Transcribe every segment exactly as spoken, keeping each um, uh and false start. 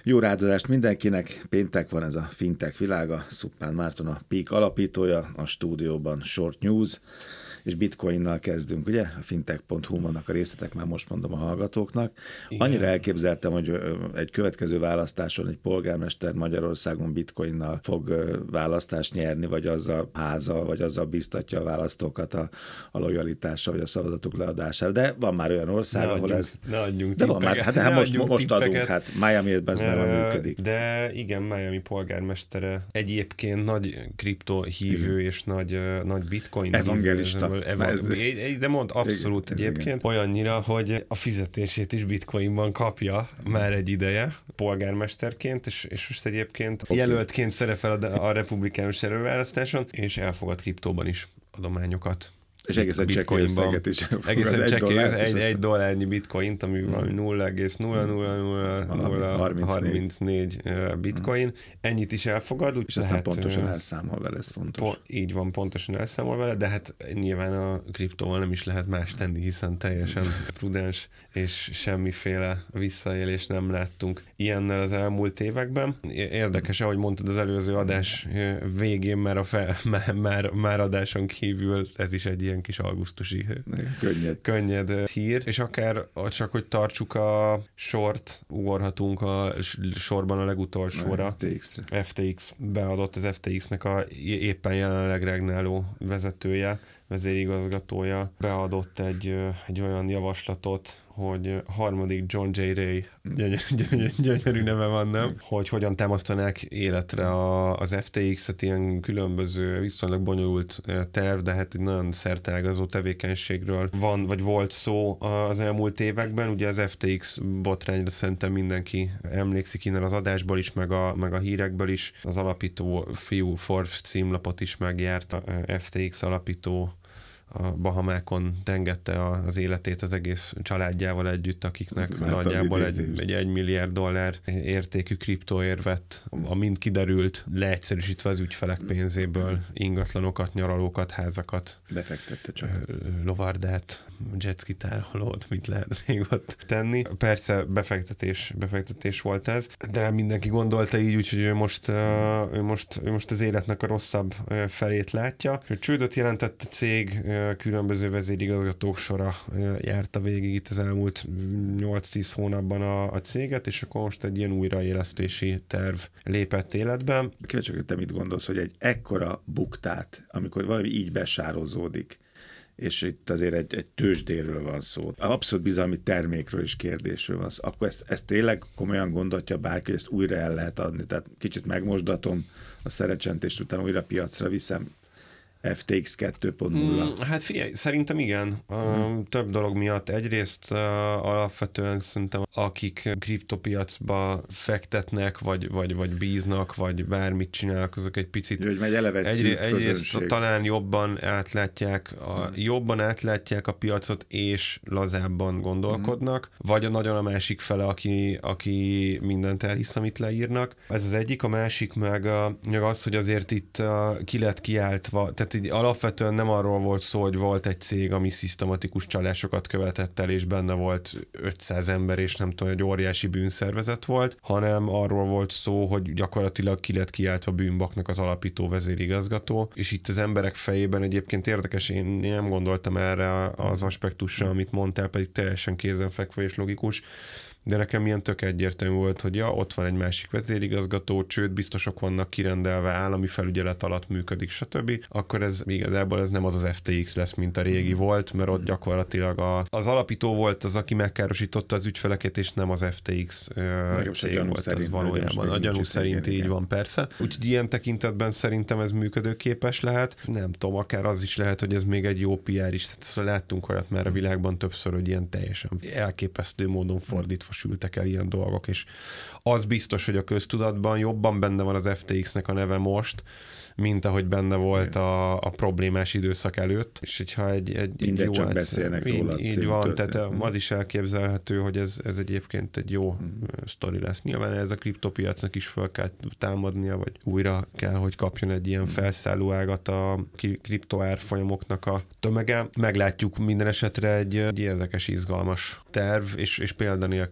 Jó rádozást mindenkinek, péntek van, ez a Fintech világa, Szuppán Márton a Peak alapítója, a stúdióban Short News, és bitcoinnal kezdünk, ugye? A fintech pont hu vannak a részletek, már most mondom a hallgatóknak. Igen. Annyira elképzeltem, hogy egy következő választáson egy polgármester Magyarországon bitcoinnal fog választást nyerni, vagy azzal házal, vagy azzal biztatja a választókat a, a lojalitásra, vagy a szavazatok leadására. De van már olyan ország, ne ahol adjunk, ez... Ne adjunk de van már, hát, hát most, most adunk, hát Miami-ben ez már működik. De igen, Miami polgármestere egyébként nagy kriptohívő igen. és nagy, nagy bitcoin evangelista. Ez, de mond abszolút igen, egyébként igen. olyannyira, hogy a fizetését is bitcoinban kapja már egy ideje polgármesterként, és, és most egyébként okay. jelöltként szerepel a, a republikánus előválasztáson, és elfogad kriptóban is adományokat. És egészen csekély összeget is. Egészen csekély, egy, egy dollárnyi bitcoint, ami valami nulla egész nulla nulla nulla harmincnégy bitcoin. Ennyit is elfogad. Úgy és aztán lehet, pontosan elszámol vele, ez fontos. Po, így van, pontosan elszámol vele, de hát nyilván a kriptóval nem is lehet más tenni, hiszen teljesen prudens, és semmiféle visszaélést nem láttunk ilyennel az elmúlt években. Érdekes, ahogy mondtad az előző adás végén, már, a fe, már, már, már adáson kívül ez is egy ilyen kis augusztusi könnyed. könnyed hír, és akár csak, hogy tartsuk a sort, ugorhatunk a sorban a legutolsóra. ef té iksz-re. ef té iksz beadott az ef té iksz-nek a éppen jelenleg regnáló vezetője, vezérigazgatója beadott egy, egy olyan javaslatot, hogy harmadik John J. Ray, gyönyörű, gyönyörű, gyönyörű neve van, nem? Hogy hogyan támasztanák életre a, az ef té iksz-et, ilyen különböző, viszonylag bonyolult terv, de hát egy nagyon szerteágazó tevékenységről van, vagy volt szó az elmúlt években. Ugye az ef té iksz botrányra szerintem mindenki emlékszik innen az adásból is, meg a, meg a hírekből is. Az alapító fiú Forbes címlapot is megjárt, a ef té iksz alapító a Bahamákon tengette az életét az egész családjával együtt, akiknek mert nagyjából egy, egy egy milliárd dollár értékű kriptóért vett, amint kiderült, leegyszerűsítve az ügyfelek pénzéből ingatlanokat, nyaralókat, házakat. Befektette csak. Lovardát, jetskitárolót, mit lehet még ott tenni. Persze befektetés, befektetés volt ez, de nem mindenki gondolta így, úgyhogy ő most, ő most, ő most az életnek a rosszabb felét látja. Csődöt jelentett a cég, különböző vezérigazgatók sora járta végig itt az elmúlt nyolc-tíz hónapban a, a céget, és akkor most egy ilyen újraélesztési terv lépett életbe. Kíváncsi, hogy te mit gondolsz, hogy egy ekkora buktát, amikor valami így besározódik, és itt azért egy, egy tőzsdéről van szó, abszolút bizalmi termékről és kérdésről van szó, akkor ezt, ezt tényleg komolyan gondolja bárki, hogy ezt újra el lehet adni, tehát kicsit megmosdatom a szerecsentést, utána újra piacra viszem, ef té iksz kettő pont nulla. Mm, hát figyelj, szerintem igen. Uh, több dolog miatt. Egyrészt uh, alapvetően szerintem akik kriptopiacba fektetnek, vagy, vagy, vagy bíznak, vagy bármit csinálnak, azok egy picit hogy megy eleve egy egy, egyrészt talán jobban átlátják, a, mm. jobban átlátják a piacot, és lazábban gondolkodnak, mm. vagy a nagyon a másik fele, aki, aki mindent elhisz, amit leírnak. Ez az egyik, a másik meg, a, meg az, hogy azért itt uh, ki lett kiáltva, tehát így alapvetően nem arról volt szó, hogy volt egy cég, ami szisztematikus csalásokat követett el, és benne volt ötszáz ember, és nem tudom, hogy óriási bűnszervezet volt, hanem arról volt szó, hogy gyakorlatilag ki lett kiáltva bűnbaknak az alapító vezérigazgató, és itt az emberek fejében egyébként érdekes, én nem gondoltam erre az aspektusra, amit mondtál, pedig teljesen kézenfekvő és logikus, de nekem ilyen tök egyértelmű volt, hogy ja, ott van egy másik vezérigazgató, csőd, biztosok vannak kirendelve, állami felügyelet alatt működik, stb. Akkor ez igazából ez nem az az ef té iksz lesz, mint a régi volt, mert ott gyakorlatilag a, az alapító volt az, aki megkárosította az ügyfeleket, és nem az ef té iksz uh, cég volt az valójában. A gyanú szerint így van, persze. Úgyhogy ilyen tekintetben szerintem ez működőképes lehet. Nem tudom, akár az is lehet, hogy ez még egy jó pé er is. Tehát láttunk olyat már a világban többször, hogy ilyen teljesen elképesztő módon fordítva sültek el ilyen dolgok, és az biztos, hogy a köztudatban jobban benne van az ef té iksz-nek a neve most, mint ahogy benne volt a, a problémás időszak előtt, és hogyha egy, egy, egy jó... csak beszélnek róla. Így, így van, tehát az is elképzelhető, hogy ez, ez egyébként egy jó mm. sztori lesz. Nyilván ez a kriptopiacnak is fel kell támadnia, vagy újra kell, hogy kapjon egy ilyen felszálló ágat a kriptoárfolyamoknak a tömege. Meglátjuk minden esetre egy, egy érdekes, izgalmas terv, és, és példanélküli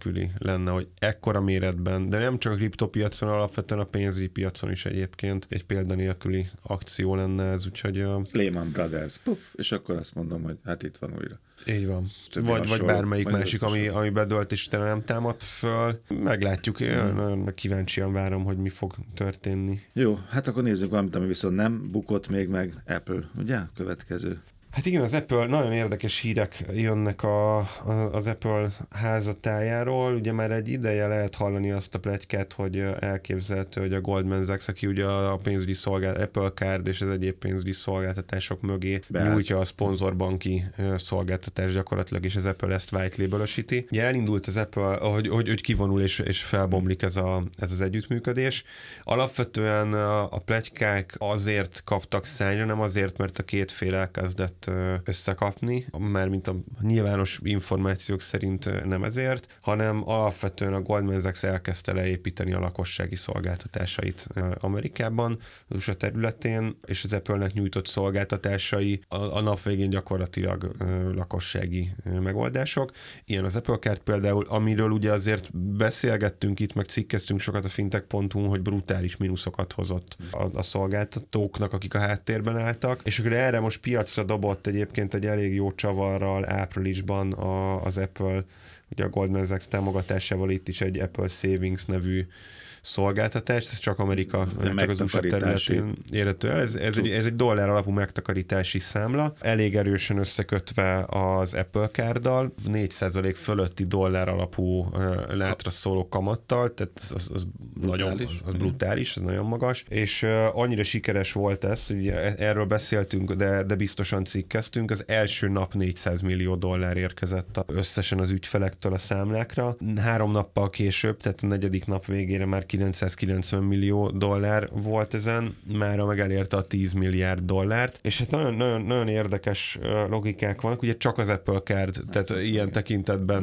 nélküli lenne, hogy ekkora méretben, de nem csak a kriptopiacon, alapvetően a pénzügyi piacon is egyébként egy példanélküli akció lenne ez, úgyhogy... A... Lehman Brothers, puff, és akkor azt mondom, hogy hát itt van újra. Így van. Vagy, vagy bármelyik vagy másik, ami, ami bedölt, és tényleg nem támad föl. Meglátjuk, én mm. nagyon kíváncsian várom, hogy mi fog történni. Jó, hát akkor nézzük valamit, ami viszont nem bukott még meg. Apple, ugye? Következő. Hát igen, az Apple, nagyon érdekes hírek jönnek a, a, az Apple házatájáról. Ugye már egy ideje lehet hallani azt a pletykát, hogy elképzelhető, hogy a Goldman Sachs, aki ugye a pénzügyi szolgálat, Apple Card és az egyéb pénzügyi szolgáltatások mögé Beállt. nyújtja a szponzorbanki szolgáltatás gyakorlatilag, és az Apple ezt white label-ösíti. Ugye elindult az Apple, hogy, hogy, hogy kivonul és, és felbomlik ez, a, ez az együttműködés. Alapvetően a, a pletykák azért kaptak szányra, nem azért, mert a két fél elkezdett összekapni, mert mint a nyilvános információk szerint nem ezért, hanem alapvetően a Goldman Sachs elkezdte leépíteni a lakossági szolgáltatásait Amerikában, az u es á területén, és az Apple-nek nyújtott szolgáltatásai a, a nap végén gyakorlatilag lakossági megoldások. Ilyen az Apple Card például, amiről ugye azért beszélgettünk itt, meg cikkeztünk sokat a fintech pont hu, hogy brutális mínuszokat hozott a, a szolgáltatóknak, akik a háttérben álltak, és akkor erre most piacra dobott egyébként egy elég jó csavarral áprilisban a, az Apple, ugye a Goldman Sachs támogatásával itt is egy Apple Savings nevű szolgáltatást, ez csak Amerika, ez csak az u es á területén érhető el. Ez, ez, egy, ez egy dollár alapú megtakarítási számla, elég erősen összekötve az Apple Card-dal, négy százalék fölötti dollár alapú látra szóló kamattal, tehát az, az, az brutális. Nagyon az brutális, ez nagyon magas, és uh, annyira sikeres volt ez, ugye erről beszéltünk, de, de biztosan cikkeztünk, az első nap négyszáz millió dollár érkezett összesen az ügyfelektől a számlákra. Három nappal később, tehát a negyedik nap végére már kilencszázkilencven millió dollár volt ezen, mára meg elérte a tíz milliárd dollárt, és hát nagyon, nagyon, nagyon érdekes logikák vannak, ugye csak az Apple Card, azt tehát ilyen igen. tekintetben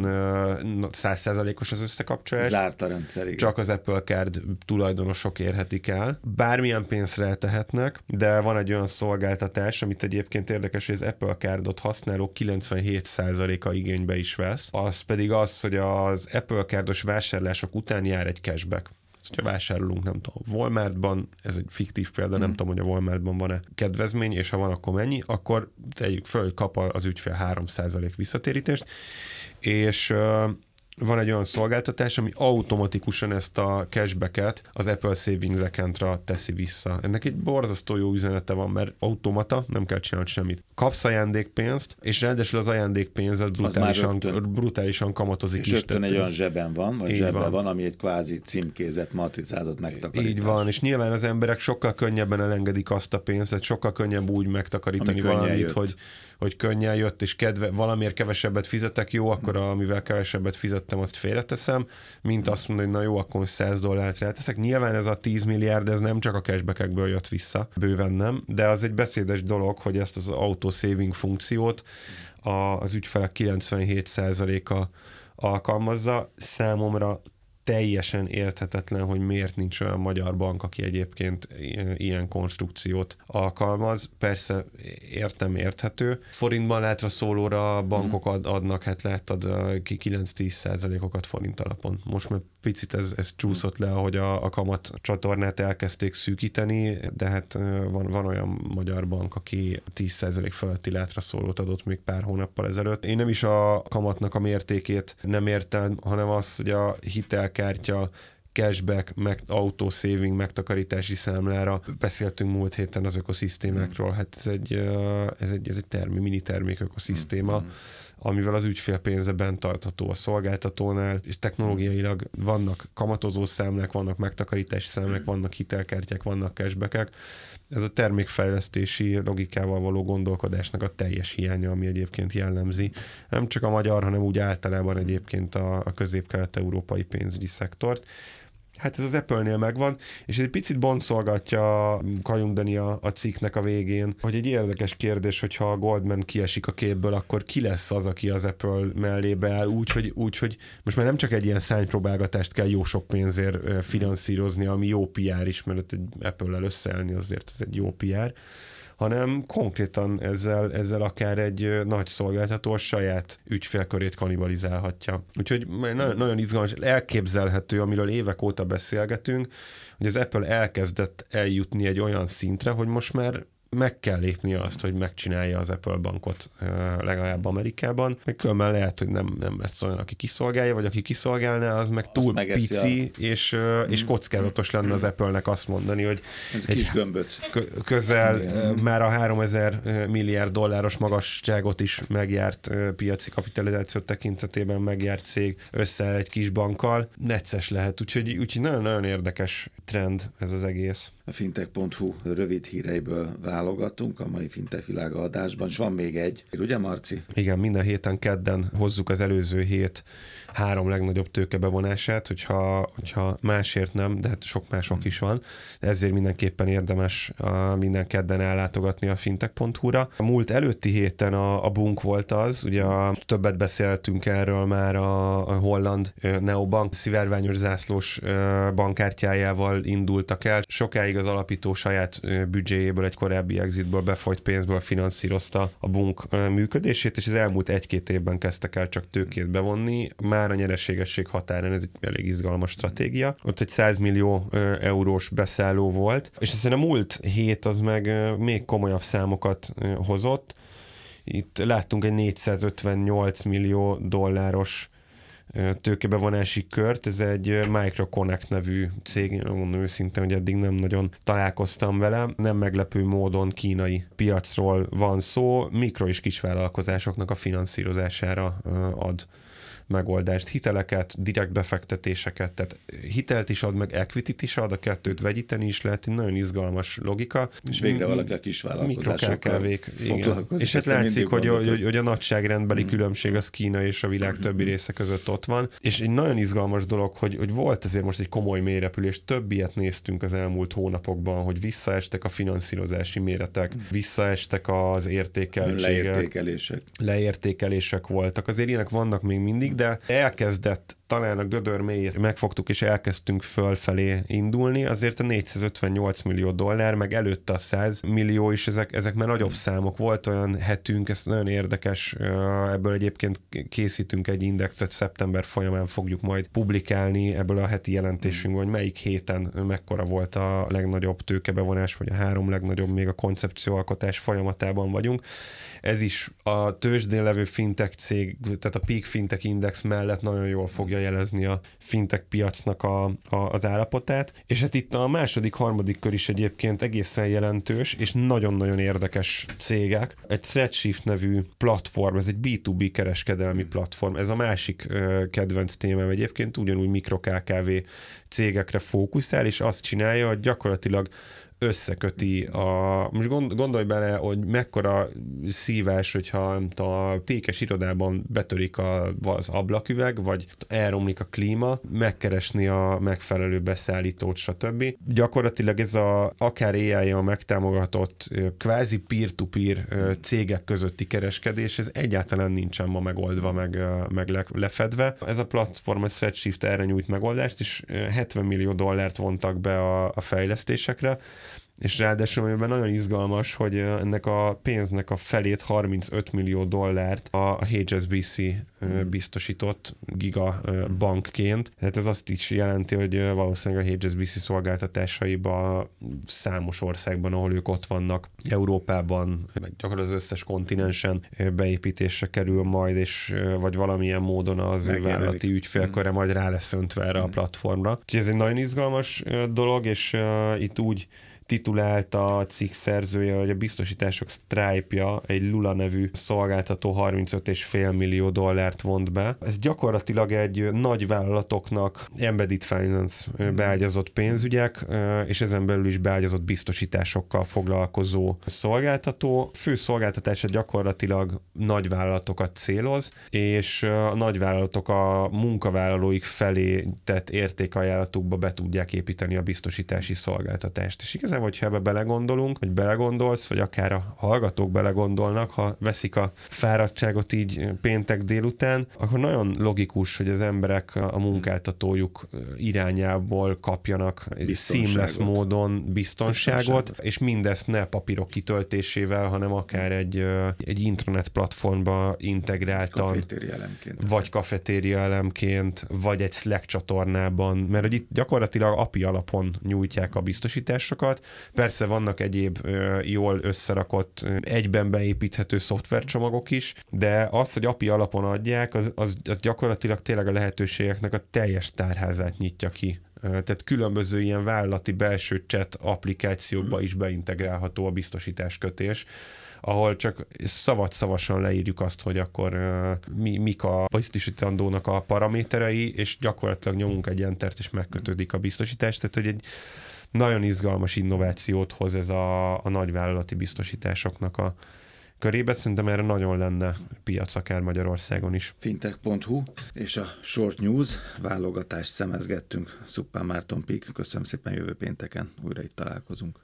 száz százalékos az összekapcsolás. Zárt a rendszer, igen. Csak az Apple Card tulajdonosok érhetik el. Bármilyen pénzt rátehetnek, de van egy olyan szolgáltatás, amit egyébként érdekes, hogy az Apple Cardot használók kilencvenhét százaléka igénybe is vesz, az pedig az, hogy az Apple Cardos vásárlások után jár egy cashback. Ha vásárolunk, nem tudom, Walmartban, ez egy fiktív példa, hmm. nem tudom, hogy a Walmartban van-e kedvezmény, és ha van, akkor mennyi, akkor tegyük föl, hogy kap az ügyfél három százalék visszatérítést, és uh, van egy olyan szolgáltatás, ami automatikusan ezt a cashbacket az Apple Savings Account-ra teszi vissza. Ennek egy borzasztó jó üzenete van, mert automata, nem kell csinálni semmit. Kapsz ajándékpénzt, és ráadásul az ajándékpénzet brutálisan, brutálisan kamatozik és is. És rögtön egy olyan zseben van, vagy zsebben van. van, ami egy kvázi címkézet, matricázott megtakarítás. Így van, és nyilván az emberek sokkal könnyebben elengedik azt a pénzt, sokkal könnyebb úgy megtakarítani valamit, hogy, hogy könnyen jött, és kedve, valamiért kevesebbet fizetek, jó, akkor amivel kevesebbet fizettem, azt félreteszem, mint azt mondani, hogy na jó, akkor száz dollárt ráteszek. Nyilván ez a tíz milliárd, ez nem csak a cashbackekből jött vissza, bőven nem, de az egy beszédes dolog, hogy ezt az auto saving funkciót a, az ügyfelek kilencvenhét százaléka alkalmazza. Számomra teljesen érthetetlen, hogy miért nincs olyan magyar bank, aki egyébként ilyen konstrukciót alkalmaz. Persze értem, érthető. Forintban látva szólóra bankok ad, adnak, hát láttad ki kilenc-tíz százalékokat forint alapon. Most már picit ez, ez csúszott le, ahogy a, a kamat csatornát elkezdték szűkíteni, de hát van, van olyan magyar bank, aki tíz százalék fölötti látra szólót adott még pár hónappal ezelőtt. Én nem is a kamatnak a mértékét nem értem, hanem az, hogy a hitelkártya cashback, meg auto-saving megtakarítási számlára. Beszéltünk múlt héten az ökoszisztémákról, hát ez egy, ez egy, ez egy termi, mini termék ökoszisztéma, mm. amivel az ügyfél pénze bent tartható a szolgáltatónál, és technológiailag vannak kamatozó számlák, vannak megtakarítási számlák, vannak hitelkártyák, vannak cashbackek. Ez a termékfejlesztési logikával való gondolkodásnak a teljes hiánya, ami egyébként jellemzi. Nem csak a magyar, hanem úgy általában egyébként a, a közép-kelet-európai pénzügyi szektort. Hát ez az Apple-nél megvan, és egy picit boncolgatja Kajunk Dani a, a cikknek a végén, hogy egy érdekes kérdés, hogyha a Goldman kiesik a képből, akkor ki lesz az, aki az Apple mellébe áll, úgyhogy úgy, hogy most már nem csak egy ilyen szánypróbálgatást kell jó sok pénzért finanszírozni, ami jó pé er is, mert egy Apple-lel összeállni azért ez egy jó pé er, hanem konkrétan ezzel, ezzel akár egy nagy szolgáltató a saját ügyfélkörét kannibalizálhatja. Úgyhogy nagyon, nagyon izgalmas, elképzelhető, amiről évek óta beszélgetünk, hogy az Apple elkezdett eljutni egy olyan szintre, hogy most már meg kell lépnie azt, hogy megcsinálja az Apple bankot legalább Amerikában. Meg különben lehet, hogy nem, nem lesz olyan, aki kiszolgálja, vagy aki kiszolgálná, az meg túl pici, a... és, és kockázatos lenne az Apple-nek azt mondani, hogy ez egy kis gömböc. Közel igen. Már a háromezer milliárd dolláros magasságot is megjárt piaci kapitalizáció tekintetében megjárt cég összeáll egy kis bankkal. Necces lehet, úgyhogy, úgyhogy nagyon-nagyon érdekes trend ez az egész. A fintech pont hu rövid híreiből válogatunk a mai Fintech Világa adásban, és van még egy, ugye Marci? Igen, minden héten kedden hozzuk az előző hét három legnagyobb tőkebevonását, hogyha, hogyha másért nem, de hát sok mások is van. Ezért mindenképpen érdemes a minden kedden ellátogatni a fintech pont hu-ra. A múlt előtti héten a, a Bunk volt az, ugye a, többet beszéltünk erről már a, a holland Neobank szivárványos zászlós bankkártyájával indultak el. Sokáig az alapító saját büdzséjéből, egy korábbi exitből, befolyt pénzből finanszírozta a Bunk működését, és az elmúlt egy-két évben kezdtek el csak tőkét bevonni. Már a nyereségesség határán ez egy elég izgalmas stratégia. Ott egy száz millió eurós beszálló volt, és aztán a múlt hét az meg még komolyabb számokat hozott. Itt láttunk egy négyszázötvennyolc millió dolláros tőkebevonási kört, ez egy Microconnect nevű cég, mondom őszintén, hogy eddig nem nagyon találkoztam vele, nem meglepő módon kínai piacról van szó, mikro- és kisvállalkozásoknak a finanszírozására ad megoldást, hiteleket, direkt befektetéseket, tehát hitelt is ad, meg equity-t is ad, a kettőt vegyíteni is lehet, egy nagyon izgalmas logika. És végre valaki a kisvállalkozásokkal foglalkozik. És ez látszik, hogy, hogy, hogy a nagyságrendbeli mm. különbség az Kína és a világ többi része között ott van, és egy nagyon izgalmas dolog, hogy, hogy volt azért most egy komoly mélyrepülés, több ilyet néztünk az elmúlt hónapokban, hogy visszaestek a finanszírozási méretek, visszaestek az értékeltségek. Leértékelések. Leértékelések voltak. Azért ilyenek vannak még mindig, de elkezdett talán a gödör mélyét megfogtuk, és elkezdtünk fölfelé indulni, azért a négyszázötvennyolc millió dollár, meg előtte a száz millió is, ezek, ezek már nagyobb számok. Volt olyan hetünk, ez nagyon érdekes, ebből egyébként készítünk egy indexet, szeptember folyamán fogjuk majd publikálni ebből a heti jelentésünkből, hogy melyik héten mekkora volt a legnagyobb tőkebevonás, vagy a három legnagyobb, még a koncepcióalkotás folyamatában vagyunk. Ez is a tőzsdén levő fintech cég, tehát a Peak Fintech Index mellett nagyon jól fogja jelezni a fintech piacnak a, a, az állapotát. És hát itt a második, harmadik kör is egyébként egészen jelentős, és nagyon-nagyon érdekes cégek. Egy Threadshift nevű platform, ez egy bé kettő bé kereskedelmi platform. Ez a másik ö, kedvenc témám egyébként, ugyanúgy mikro-ká ká vé cégekre fókuszál, és azt csinálja, hogy gyakorlatilag összeköti a... Most gondolj bele, hogy mekkora szívás, hogyha a pékes irodában betörik a, az ablaküveg, vagy elromlik a klíma, megkeresni a megfelelő beszállítót, stb. Gyakorlatilag ez a akár á í-jal megtámogatott kvázi peer-to-peer cégek közötti kereskedés, ez egyáltalán nincsen ma megoldva, meg, meg lefedve. Ez a platform, a Threadshift erre nyújt megoldást, és hetven millió dollárt vontak be a, a fejlesztésekre, és ráadásul amiben nagyon izgalmas, hogy ennek a pénznek a felét, harmincöt millió dollárt a há es bé cé biztosított giga bankként. Tehát ez azt is jelenti, hogy valószínűleg a há es bé cé szolgáltatásaiban számos országban, ahol ők ott vannak, Európában, meg gyakorlatilag az összes kontinensen beépítésre kerül majd, és vagy valamilyen módon az ő vállalati ügyfélköre majd rá lesz öntve erre a platformra. Úgyhogy ez egy nagyon izgalmas dolog, és uh, itt úgy titulálta a cikk szerzője, hogy a biztosítások Stripe-ja egy Lula nevű szolgáltató harmincöt egész öt millió dollárt vont be. Ez gyakorlatilag egy nagy vállalatoknak embedded finance beágyazott pénzügyek, és ezen belül is beágyazott biztosításokkal foglalkozó szolgáltató. Fő szolgáltatása gyakorlatilag nagy vállalatokat céloz, és a nagy vállalatok a munkavállalóik felé tett értékajánlatukba be tudják építeni a biztosítási szolgáltatást. És igazán igazából, hogyha ebbe belegondolunk, vagy belegondolsz, vagy akár a hallgatók belegondolnak, ha veszik a fáradtságot így péntek délután, akkor nagyon logikus, hogy az emberek a munkáltatójuk irányából kapjanak seamless módon biztonságot, biztonságot, és mindezt ne papírok kitöltésével, hanem akár egy, egy intranet platformba integráltan, kafetéria elemként. vagy kafetéria elemként, vagy egy Slack csatornában, mert hogy itt gyakorlatilag á pé i alapon nyújtják a biztosításokat. Persze vannak egyéb jól összerakott, egyben beépíthető szoftvercsomagok is, de az, hogy á pé i alapon adják, az, az, az gyakorlatilag tényleg a lehetőségeknek a teljes tárházát nyitja ki. Tehát különböző ilyen vállalati belső chat applikációkba is beintegrálható a biztosításkötés, ahol csak szavat-szavasan leírjuk azt, hogy akkor uh, mi, mik a biztosítandónak a paraméterei, és gyakorlatilag nyomunk egy entert, és megkötődik a biztosítás. Tehát, hogy egy nagyon izgalmas innovációt hoz ez a, a nagyvállalati biztosításoknak a körébe. Szerintem erre nagyon lenne piac akár Magyarországon is. fintech pont hu és a Short News válogatást szemezgettünk. Szuppán Márton Pík, köszönöm szépen, jövő pénteken újra itt találkozunk.